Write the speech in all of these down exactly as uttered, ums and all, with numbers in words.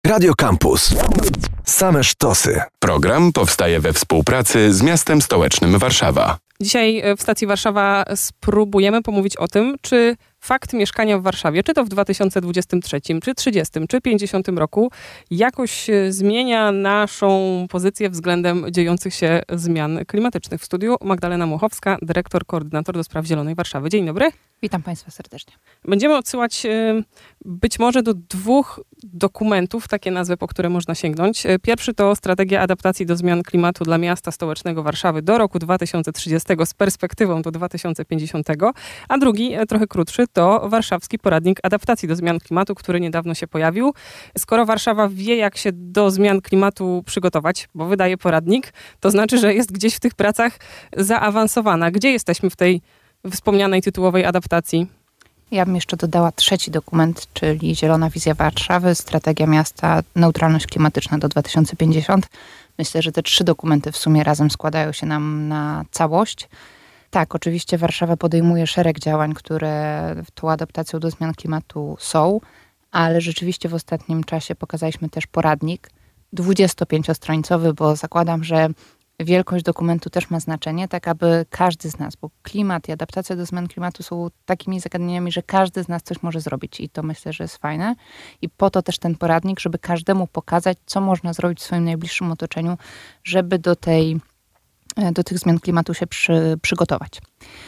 Radio Campus. Same sztosy. Program powstaje we współpracy z miastem stołecznym Warszawa. Dzisiaj w stacji Warszawa spróbujemy pomówić o tym, czy fakt mieszkania w Warszawie, czy to w dwa tysiące dwudziestym trzecim, czy trzydziestym, czy pięćdziesiątym roku, jakoś zmienia naszą pozycję względem dziejących się zmian klimatycznych. W studiu Magdalena Muchowska, dyrektor, koordynator do spraw Zielonej Warszawy. Dzień dobry. Witam Państwa serdecznie. Będziemy odsyłać być może do dwóch dokumentów, takie nazwy, po które można sięgnąć. Pierwszy to Strategia Adaptacji do Zmian Klimatu dla Miasta Stołecznego Warszawy do roku dwa tysiące trzydziestego z perspektywą do dwa tysiące pięćdziesiątego, a drugi, trochę krótszy, to Warszawski Poradnik Adaptacji do Zmian Klimatu, który niedawno się pojawił. Skoro Warszawa wie, jak się do zmian klimatu przygotować, bo wydaje poradnik, to znaczy, że jest gdzieś w tych pracach zaawansowana. Gdzie jesteśmy w tej wspomnianej tytułowej adaptacji? Ja bym jeszcze dodała trzeci dokument, czyli Zielona Wizja Warszawy, Strategia Miasta, Neutralność Klimatyczna do dwa tysiące pięćdziesiątego. Myślę, że te trzy dokumenty w sumie razem składają się nam na całość. Tak, oczywiście Warszawa podejmuje szereg działań, które tą adaptacją do zmian klimatu są, ale rzeczywiście w ostatnim czasie pokazaliśmy też poradnik dwudziestopięciostronicowy, bo zakładam, że wielkość dokumentu też ma znaczenie, tak aby każdy z nas, bo klimat i adaptacja do zmian klimatu są takimi zagadnieniami, że każdy z nas coś może zrobić i to myślę, że jest fajne. I po to też ten poradnik, żeby każdemu pokazać, co można zrobić w swoim najbliższym otoczeniu, żeby do, tej, do tych zmian klimatu się przy, przygotować.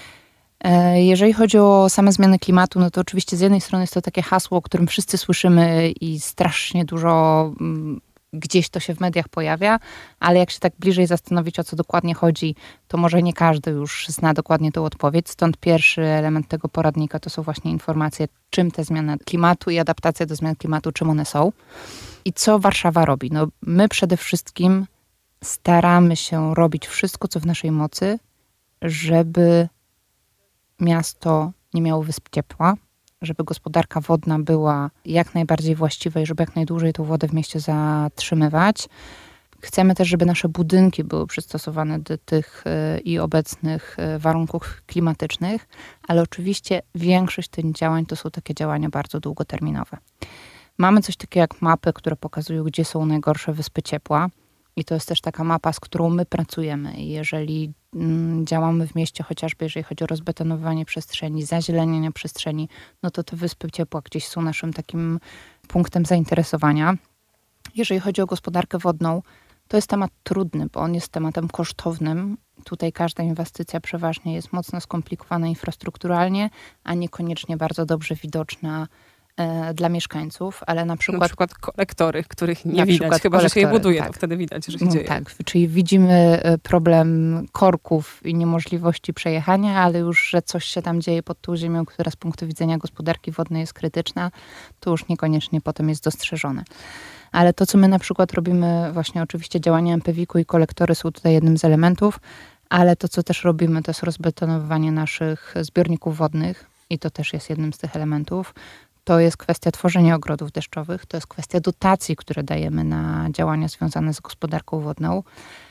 Jeżeli chodzi o same zmiany klimatu, no to oczywiście z jednej strony jest to takie hasło, o którym wszyscy słyszymy i strasznie dużo gdzieś to się w mediach pojawia, ale jak się tak bliżej zastanowić, o co dokładnie chodzi, to może nie każdy już zna dokładnie tą odpowiedź. Stąd pierwszy element tego poradnika to są właśnie informacje, czym te zmiany klimatu i adaptacja do zmian klimatu, czym one są. I co Warszawa robi? No, my przede wszystkim staramy się robić wszystko, co w naszej mocy, żeby miasto nie miało wysp ciepła, żeby gospodarka wodna była jak najbardziej właściwa i żeby jak najdłużej tą wodę w mieście zatrzymywać. Chcemy też, żeby nasze budynki były przystosowane do tych i obecnych warunków klimatycznych, ale oczywiście większość tych działań to są takie działania bardzo długoterminowe. Mamy coś takiego jak mapy, które pokazują, gdzie są najgorsze wyspy ciepła. I to jest też taka mapa, z którą my pracujemy. I jeżeli mm, działamy w mieście, chociażby jeżeli chodzi o rozbetonowanie przestrzeni, zazielenianie przestrzeni, no to te wyspy ciepła gdzieś są naszym takim punktem zainteresowania. Jeżeli chodzi o gospodarkę wodną, to jest temat trudny, bo on jest tematem kosztownym. Tutaj każda inwestycja przeważnie jest mocno skomplikowana infrastrukturalnie, a niekoniecznie bardzo dobrze widoczna dla mieszkańców, ale na przykład... Na przykład kolektory, których nie widać, chyba że się je buduje, tak. To wtedy widać, że się dzieje. Tak, czyli widzimy problem korków i niemożliwości przejechania, ale już, że coś się tam dzieje pod tą ziemią, która z punktu widzenia gospodarki wodnej jest krytyczna, to już niekoniecznie potem jest dostrzeżone. Ale to, co my na przykład robimy, właśnie oczywiście działania em pe wiku i kolektory są tutaj jednym z elementów, ale to, co też robimy, to jest rozbetonowywanie naszych zbiorników wodnych i to też jest jednym z tych elementów. To jest kwestia tworzenia ogrodów deszczowych, to jest kwestia dotacji, które dajemy na działania związane z gospodarką wodną.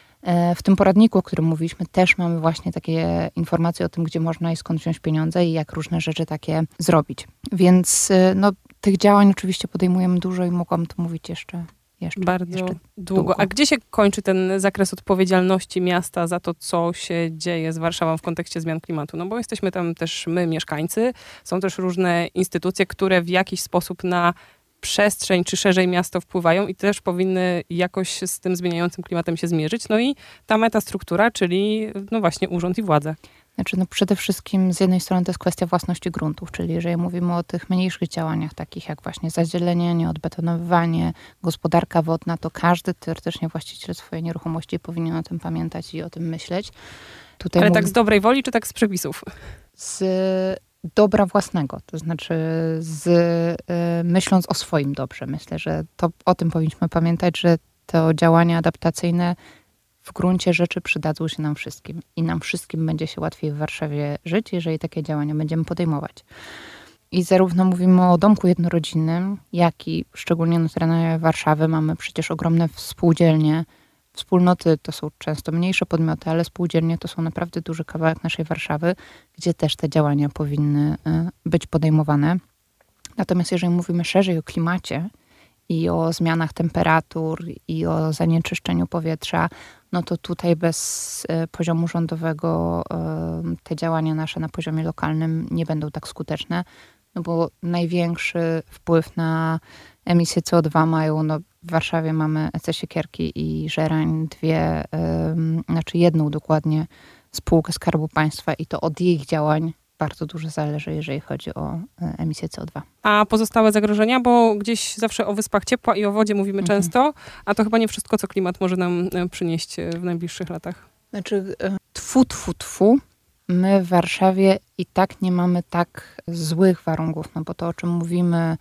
W tym poradniku, o którym mówiliśmy, też mamy właśnie takie informacje o tym, gdzie można i skąd wziąć pieniądze i jak różne rzeczy takie zrobić. Więc no, tych działań oczywiście podejmujemy dużo i mogłam to mówić jeszcze Jeszcze, Bardzo jeszcze długo. długo. A gdzie się kończy ten zakres odpowiedzialności miasta za to, co się dzieje z Warszawą w kontekście zmian klimatu? No bo jesteśmy tam też my, mieszkańcy. Są też różne instytucje, które w jakiś sposób na przestrzeń czy szerzej miasto wpływają i też powinny jakoś z tym zmieniającym klimatem się zmierzyć. No i ta metastruktura, czyli no właśnie urząd i władze. Znaczy, no przede wszystkim z jednej strony to jest kwestia własności gruntów, czyli jeżeli mówimy o tych mniejszych działaniach, takich jak właśnie zazielenianie, odbetonowywanie, gospodarka wodna, to każdy teoretycznie właściciel swojej nieruchomości powinien o tym pamiętać i o tym myśleć. Tutaj Ale mówi... tak z dobrej woli, czy tak z przepisów? Z dobra własnego, to znaczy z y, myśląc o swoim dobrze. Myślę, że to o tym powinniśmy pamiętać, że te działania adaptacyjne w gruncie rzeczy przydadzą się nam wszystkim. I nam wszystkim będzie się łatwiej w Warszawie żyć, jeżeli takie działania będziemy podejmować. I zarówno mówimy o domku jednorodzinnym, jak i szczególnie na terenie Warszawy mamy przecież ogromne spółdzielnie. Wspólnoty to są często mniejsze podmioty, ale spółdzielnie to są naprawdę duży kawałek naszej Warszawy, gdzie też te działania powinny być podejmowane. Natomiast jeżeli mówimy szerzej o klimacie i o zmianach temperatur, i o zanieczyszczeniu powietrza, no to tutaj bez poziomu rządowego te działania nasze na poziomie lokalnym nie będą tak skuteczne, no bo największy wpływ na emisję C O dwa mają, no w Warszawie mamy E C Siekierki i Żerań, dwie, yy, znaczy jedną dokładnie spółkę Skarbu Państwa i to od ich działań bardzo dużo zależy, jeżeli chodzi o emisję C O dwa. A pozostałe zagrożenia, bo gdzieś zawsze o wyspach ciepła i o wodzie mówimy Mhm. często, a to chyba nie wszystko, co klimat może nam przynieść w najbliższych latach. Znaczy, tfu, tfu, tfu, my w Warszawie i tak nie mamy tak złych warunków, no bo to, o czym mówimy,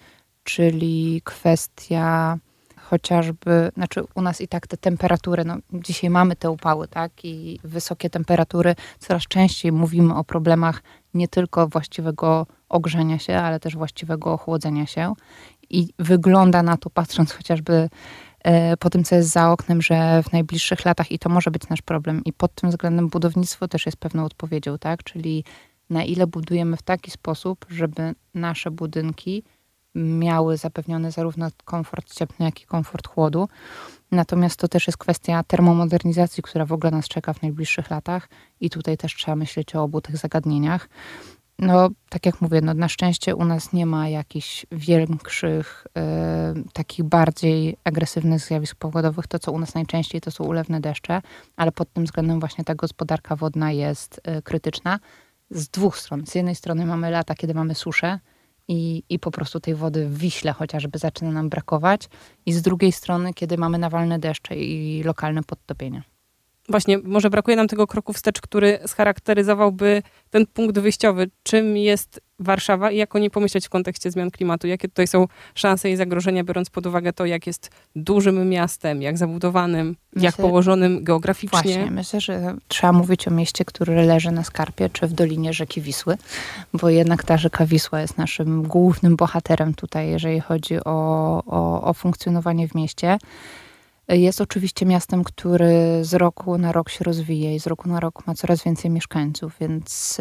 czyli kwestia chociażby, znaczy u nas i tak te temperatury, no dzisiaj mamy te upały, tak, i wysokie temperatury, coraz częściej mówimy o problemach nie tylko właściwego ogrzania się, ale też właściwego ochłodzenia się i wygląda na to, patrząc chociażby e, po tym, co jest za oknem, że w najbliższych latach i to może być nasz problem i pod tym względem budownictwo też jest pewną odpowiedzią, tak, czyli na ile budujemy w taki sposób, żeby nasze budynki miały zapewniony zarówno komfort cieplny, jak i komfort chłodu. Natomiast to też jest kwestia termomodernizacji, która w ogóle nas czeka w najbliższych latach i tutaj też trzeba myśleć o obu tych zagadnieniach. No, tak jak mówię, no, na szczęście u nas nie ma jakichś większych, y, takich bardziej agresywnych zjawisk pogodowych. To, co u nas najczęściej, to są ulewne deszcze, ale pod tym względem właśnie ta gospodarka wodna jest y, krytyczna. Z dwóch stron. Z jednej strony mamy lata, kiedy mamy suszę, I, i po prostu tej wody w Wiśle chociażby zaczyna nam brakować. I z drugiej strony, kiedy mamy nawalne deszcze i lokalne podtopienia. Właśnie, może brakuje nam tego kroku wstecz, który scharakteryzowałby ten punkt wyjściowy. Czym jest Warszawa i jak o niej pomyśleć w kontekście zmian klimatu? Jakie tutaj są szanse i zagrożenia, biorąc pod uwagę to, jak jest dużym miastem, jak zabudowanym, Myślę, jak położonym geograficznie? Właśnie, myślę, że trzeba mówić o mieście, które leży na skarpie, czy w dolinie rzeki Wisły, bo jednak ta rzeka Wisła jest naszym głównym bohaterem tutaj, jeżeli chodzi o, o, o funkcjonowanie w mieście. Jest oczywiście miastem, który z roku na rok się rozwija i z roku na rok ma coraz więcej mieszkańców, więc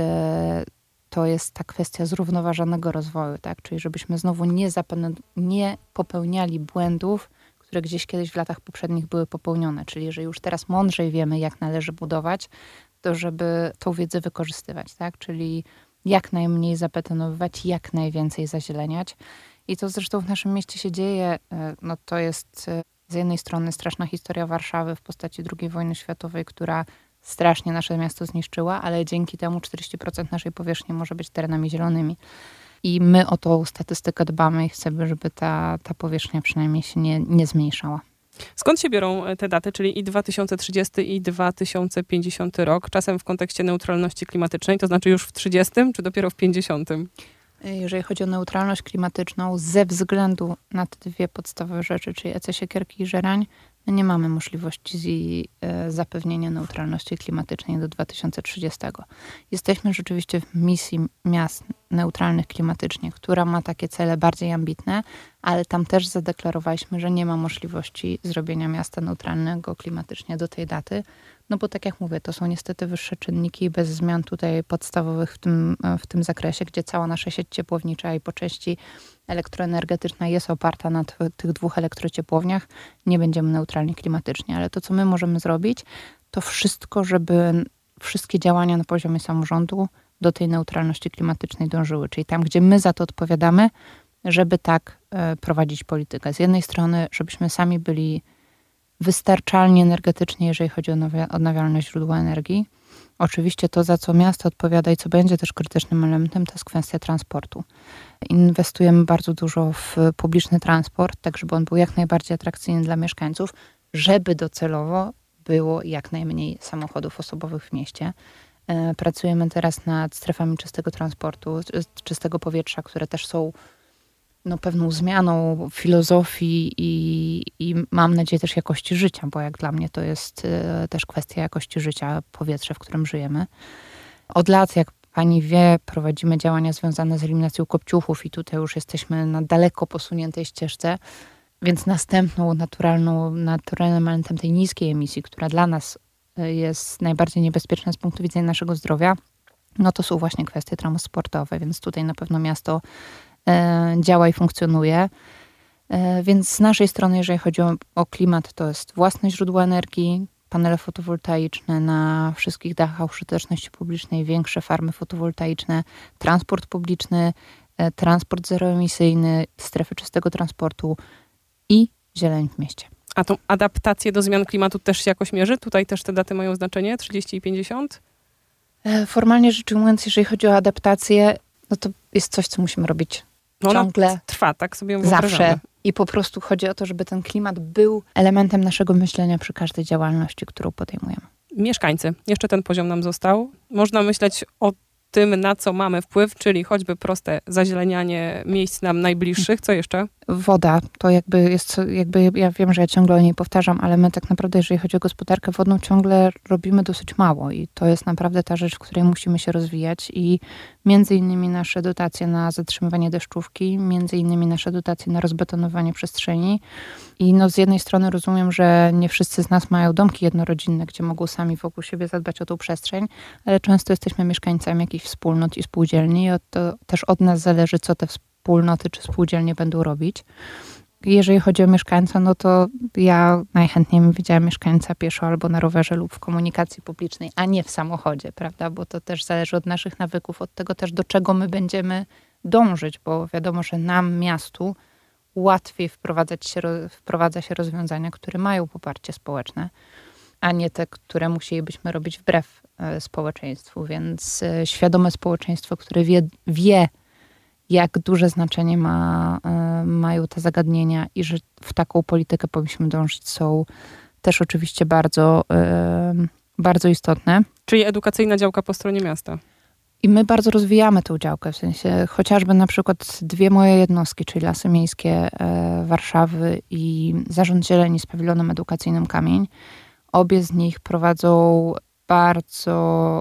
to jest ta kwestia zrównoważonego rozwoju, tak? Czyli żebyśmy znowu nie, zapen- nie popełniali błędów, które gdzieś kiedyś w latach poprzednich były popełnione. Czyli że już teraz mądrzej wiemy, jak należy budować, to żeby tą wiedzę wykorzystywać, tak? Czyli jak najmniej zabetonowywać, jak najwięcej zazieleniać. I to zresztą w naszym mieście się dzieje, no to jest z jednej strony straszna historia Warszawy w postaci drugiej wojny światowej, która strasznie nasze miasto zniszczyła, ale dzięki temu czterdzieści procent naszej powierzchni może być terenami zielonymi. I my o tą statystykę dbamy i chcemy, żeby ta, ta powierzchnia przynajmniej się nie, nie zmniejszała. Skąd się biorą te daty, czyli i dwa tysiące trzydziesty i dwa tysiące pięćdziesiąty rok, czasem w kontekście neutralności klimatycznej, to znaczy już w trzydziestym czy dopiero w pięćdziesiątym? Jeżeli chodzi o neutralność klimatyczną, ze względu na te dwie podstawowe rzeczy, czyli E C Siekierki i Żerań, my nie mamy możliwości z, zapewnienia neutralności klimatycznej do dwa tysiące trzydziestego. Jesteśmy rzeczywiście w misji miast neutralnych klimatycznie, która ma takie cele bardziej ambitne, ale tam też zadeklarowaliśmy, że nie ma możliwości zrobienia miasta neutralnego klimatycznie do tej daty. No bo tak jak mówię, to są niestety wyższe czynniki bez zmian tutaj podstawowych w tym, w tym zakresie, gdzie cała nasza sieć ciepłownicza i po części elektroenergetyczna jest oparta na t- tych dwóch elektrociepłowniach. Nie będziemy neutralni klimatycznie, ale to, co my możemy zrobić, to wszystko, żeby wszystkie działania na poziomie samorządu do tej neutralności klimatycznej dążyły. Czyli tam, gdzie my za to odpowiadamy, żeby tak e, prowadzić politykę. Z jednej strony, żebyśmy sami byli wystarczalnie energetycznie, jeżeli chodzi o nowe, odnawialne źródła energii. Oczywiście to, za co miasto odpowiada i co będzie też krytycznym elementem, to jest kwestia transportu. Inwestujemy bardzo dużo w publiczny transport, tak żeby on był jak najbardziej atrakcyjny dla mieszkańców, żeby docelowo było jak najmniej samochodów osobowych w mieście. Pracujemy teraz nad strefami czystego transportu, czystego powietrza, które też są no, pewną zmianą filozofii i, i mam nadzieję też jakości życia, bo jak dla mnie to jest y, też kwestia jakości życia, powietrze, w którym żyjemy. Od lat, jak pani wie, prowadzimy działania związane z eliminacją kopciuchów i tutaj już jesteśmy na daleko posuniętej ścieżce, więc następną naturalną, naturalnym elementem tej niskiej emisji, która dla nas jest najbardziej niebezpieczna z punktu widzenia naszego zdrowia, no to są właśnie kwestie transportowe, więc tutaj na pewno miasto działa i funkcjonuje. Więc z naszej strony, jeżeli chodzi o, o klimat, to jest własne źródła energii, panele fotowoltaiczne na wszystkich dachach użyteczności publicznej, większe farmy fotowoltaiczne, transport publiczny, transport zeroemisyjny, strefy czystego transportu i zieleń w mieście. A tą adaptację do zmian klimatu też się jakoś mierzy? Tutaj też te daty mają znaczenie, trzydzieści i pięćdziesiąt? Formalnie rzecz ujmując, jeżeli chodzi o adaptację, no to jest coś, co musimy robić no ciągle. Trwa, tak sobie zawsze. I po prostu chodzi o to, żeby ten klimat był elementem naszego myślenia przy każdej działalności, którą podejmujemy. Mieszkańcy. Jeszcze ten poziom nam został. Można myśleć o tym, na co mamy wpływ, czyli choćby proste zazielenianie miejsc nam najbliższych. Co jeszcze? Woda. To jakby jest, jakby ja wiem, że ja ciągle o niej powtarzam, ale my tak naprawdę, jeżeli chodzi o gospodarkę wodną, ciągle robimy dosyć mało i to jest naprawdę ta rzecz, w której musimy się rozwijać i między innymi nasze dotacje na zatrzymywanie deszczówki, między innymi nasze dotacje na rozbetonowanie przestrzeni i no z jednej strony rozumiem, że nie wszyscy z nas mają domki jednorodzinne, gdzie mogą sami wokół siebie zadbać o tą przestrzeń, ale często jesteśmy mieszkańcami jakichś wspólnot i spółdzielni i to też od nas zależy, co te wspólnoty czy spółdzielnie będą robić. Jeżeli chodzi o mieszkańca, no to ja najchętniej bym widziała mieszkańca pieszo albo na rowerze lub w komunikacji publicznej, a nie w samochodzie, prawda? Bo to też zależy od naszych nawyków, od tego też, do czego my będziemy dążyć, bo wiadomo, że nam, miastu, łatwiej wprowadzać się, wprowadza się rozwiązania, które mają poparcie społeczne, a nie te, które musielibyśmy robić wbrew e, społeczeństwu. Więc e, świadome społeczeństwo, które wie, wie jak duże znaczenie ma, y, mają te zagadnienia i że w taką politykę powinniśmy dążyć, są też oczywiście bardzo, y, bardzo istotne. Czyli edukacyjna działka po stronie miasta. I my bardzo rozwijamy tę działkę, w sensie chociażby na przykład dwie moje jednostki, czyli Lasy Miejskie y, Warszawy i Zarząd Zieleni z pawilonem edukacyjnym Kamień. Obie z nich prowadzą bardzo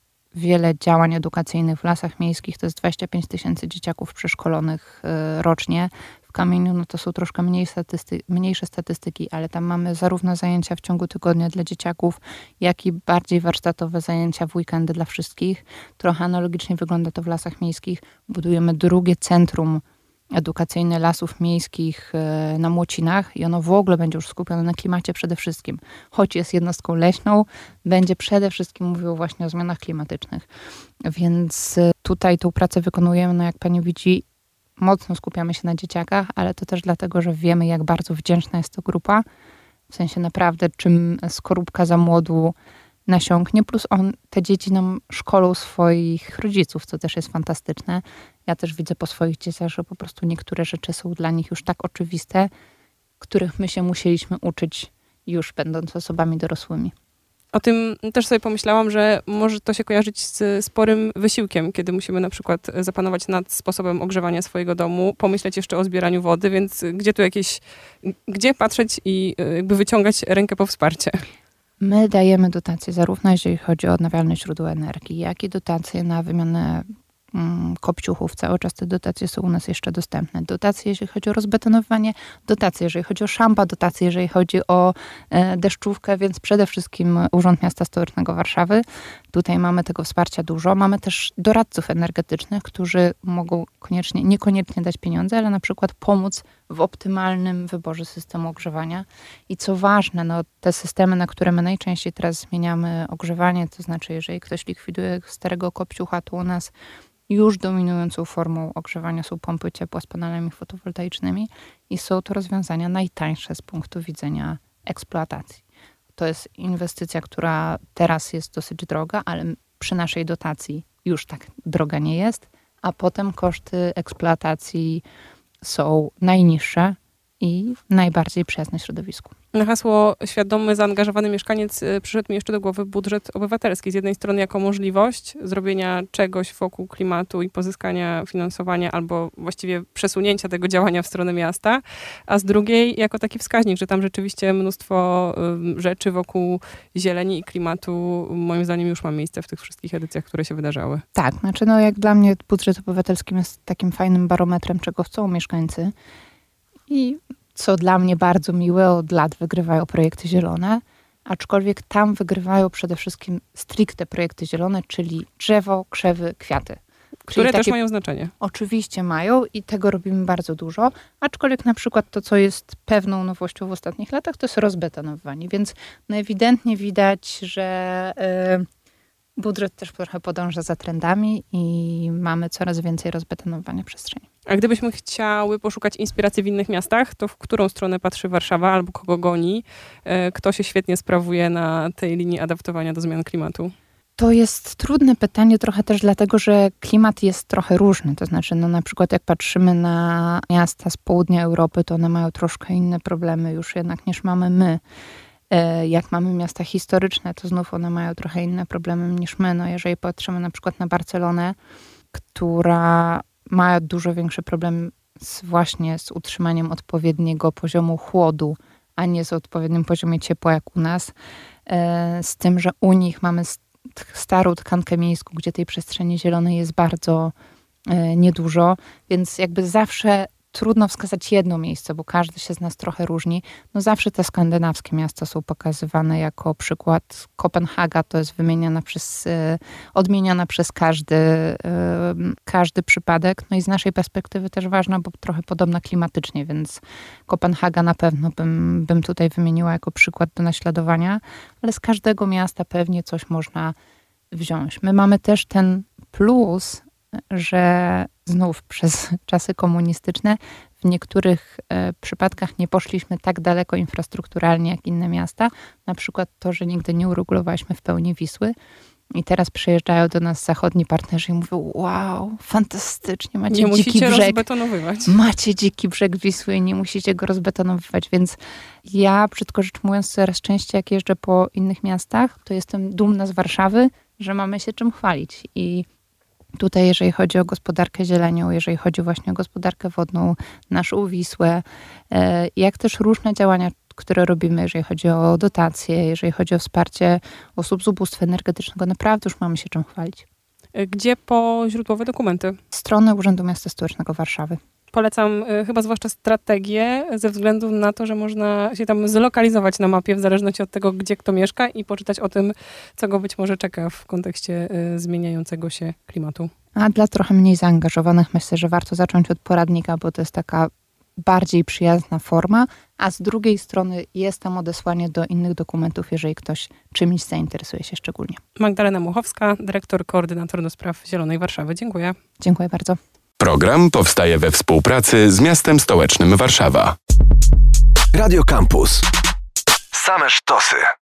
wiele działań edukacyjnych w Lasach Miejskich. To jest dwadzieścia pięć tysięcy dzieciaków przeszkolonych y, rocznie. W Kamieniu no to są troszkę mniej statysty- mniejsze statystyki, ale tam mamy zarówno zajęcia w ciągu tygodnia dla dzieciaków, jak i bardziej warsztatowe zajęcia w weekendy dla wszystkich. Trochę analogicznie wygląda to w Lasach Miejskich. Budujemy drugie centrum edukacyjne Lasów Miejskich na Młocinach i ono w ogóle będzie już skupione na klimacie przede wszystkim. Choć jest jednostką leśną, będzie przede wszystkim mówiło właśnie o zmianach klimatycznych. Więc tutaj tą pracę wykonujemy, no jak pani widzi, mocno skupiamy się na dzieciakach, ale to też dlatego, że wiemy, jak bardzo wdzięczna jest to grupa. W sensie naprawdę, czym skorupka za młodu nasiąknie, plus on, te dzieci nam szkolą swoich rodziców, co też jest fantastyczne. Ja też widzę po swoich dzieciach, że po prostu niektóre rzeczy są dla nich już tak oczywiste, których my się musieliśmy uczyć już będąc osobami dorosłymi. O tym też sobie pomyślałam, że może to się kojarzyć z sporym wysiłkiem, kiedy musimy na przykład zapanować nad sposobem ogrzewania swojego domu, pomyśleć jeszcze o zbieraniu wody, więc gdzie tu jakieś, gdzie patrzeć i jakby wyciągać rękę po wsparcie? My dajemy dotacje zarówno jeżeli chodzi o odnawialne źródła energii, jak i dotacje na wymianę mm, kopciuchów. Cały czas te dotacje są u nas jeszcze dostępne. Dotacje jeżeli chodzi o rozbetonowanie, dotacje jeżeli chodzi o szampa, dotacje jeżeli chodzi o e, deszczówkę, więc przede wszystkim Urząd Miasta Stołecznego Warszawy. Tutaj mamy tego wsparcia dużo. Mamy też doradców energetycznych, którzy mogą koniecznie, niekoniecznie dać pieniądze, ale na przykład pomóc w optymalnym wyborze systemu ogrzewania. I co ważne, no, te systemy, na które my najczęściej teraz zmieniamy ogrzewanie, to znaczy jeżeli ktoś likwiduje starego kopciucha, to u nas już dominującą formą ogrzewania są pompy ciepła z panelami fotowoltaicznymi i są to rozwiązania najtańsze z punktu widzenia eksploatacji. To jest inwestycja, która teraz jest dosyć droga, ale przy naszej dotacji już tak droga nie jest, a potem koszty eksploatacji są najniższe i najbardziej przyjazne środowisku. Na hasło świadomy, zaangażowany mieszkaniec przyszedł mi jeszcze do głowy budżet obywatelski. Z jednej strony jako możliwość zrobienia czegoś wokół klimatu i pozyskania finansowania albo właściwie przesunięcia tego działania w stronę miasta, a z drugiej jako taki wskaźnik, że tam rzeczywiście mnóstwo rzeczy wokół zieleni i klimatu moim zdaniem już ma miejsce w tych wszystkich edycjach, które się wydarzały. Tak, znaczy no jak dla mnie budżet obywatelski jest takim fajnym barometrem, czego chcą mieszkańcy i co dla mnie bardzo miłe, od lat wygrywają projekty zielone, aczkolwiek tam wygrywają przede wszystkim stricte projekty zielone, czyli drzewo, krzewy, kwiaty. Które Czyli też takie- mają znaczenie. Oczywiście mają i tego robimy bardzo dużo, aczkolwiek na przykład to, co jest pewną nowością w ostatnich latach, to jest rozbetonowanie, więc no ewidentnie widać, że y, budżet też trochę podąża za trendami i mamy coraz więcej rozbetonowania przestrzeni. A gdybyśmy chciały poszukać inspiracji w innych miastach, to w którą stronę patrzy Warszawa albo kogo goni? E, Kto się świetnie sprawuje na tej linii adaptowania do zmian klimatu? To jest trudne pytanie trochę też dlatego, że klimat jest trochę różny. To znaczy, no na przykład jak patrzymy na miasta z południa Europy, to one mają troszkę inne problemy już jednak niż mamy my. E, Jak mamy miasta historyczne, to znów one mają trochę inne problemy niż my. No jeżeli patrzymy na przykład na Barcelonę, która ma dużo większy problem z, właśnie z utrzymaniem odpowiedniego poziomu chłodu, a nie z odpowiednim poziomem ciepła jak u nas. E, Z tym, że u nich mamy s- t- starą tkankę miejską, gdzie tej przestrzeni zielonej jest bardzo e, niedużo, więc jakby zawsze trudno wskazać jedno miejsce, bo każdy się z nas trochę różni. No zawsze te skandynawskie miasta są pokazywane jako przykład. Kopenhaga to jest wymieniana przez, e, odmieniana przez każdy, e, każdy przypadek. No i z naszej perspektywy też ważna, bo trochę podobna klimatycznie, więc Kopenhaga na pewno bym, bym tutaj wymieniła jako przykład do naśladowania, ale z każdego miasta pewnie coś można wziąć. My mamy też ten plus, że znów przez czasy komunistyczne w niektórych e, przypadkach nie poszliśmy tak daleko infrastrukturalnie jak inne miasta. Na przykład to, że nigdy nie uregulowaliśmy w pełni Wisły. I teraz przyjeżdżają do nas zachodni partnerzy i mówią: wow, fantastycznie, macie Nie dziki musicie brzeg. rozbetonowywać. Macie dziki brzeg Wisły i nie musicie go rozbetonowywać, więc ja, brzydko rzecz mówiąc, coraz częściej jak jeżdżę po innych miastach, to jestem dumna z Warszawy, że mamy się czym chwalić. I tutaj, jeżeli chodzi o gospodarkę zielenią, jeżeli chodzi właśnie o gospodarkę wodną, naszą Wisłę, e, jak też różne działania, które robimy, jeżeli chodzi o dotacje, jeżeli chodzi o wsparcie osób z ubóstwa energetycznego, naprawdę już mamy się czym chwalić. E, Gdzie po źródłowe dokumenty? Strony Urzędu Miasta Stołecznego Warszawy. Polecam e, chyba zwłaszcza strategię, ze względu na to, że można się tam zlokalizować na mapie w zależności od tego, gdzie kto mieszka i poczytać o tym, co go być może czeka w kontekście e, zmieniającego się klimatu. A dla trochę mniej zaangażowanych myślę, że warto zacząć od poradnika, bo to jest taka bardziej przyjazna forma, a z drugiej strony jest tam odesłanie do innych dokumentów, jeżeli ktoś czymś zainteresuje się szczególnie. Magdalena Muchowska, dyrektor, koordynator do spraw Zielonej Warszawy. Dziękuję. Dziękuję bardzo. Program powstaje we współpracy z miastem stołecznym Warszawa. Radio Campus. Same sztosy.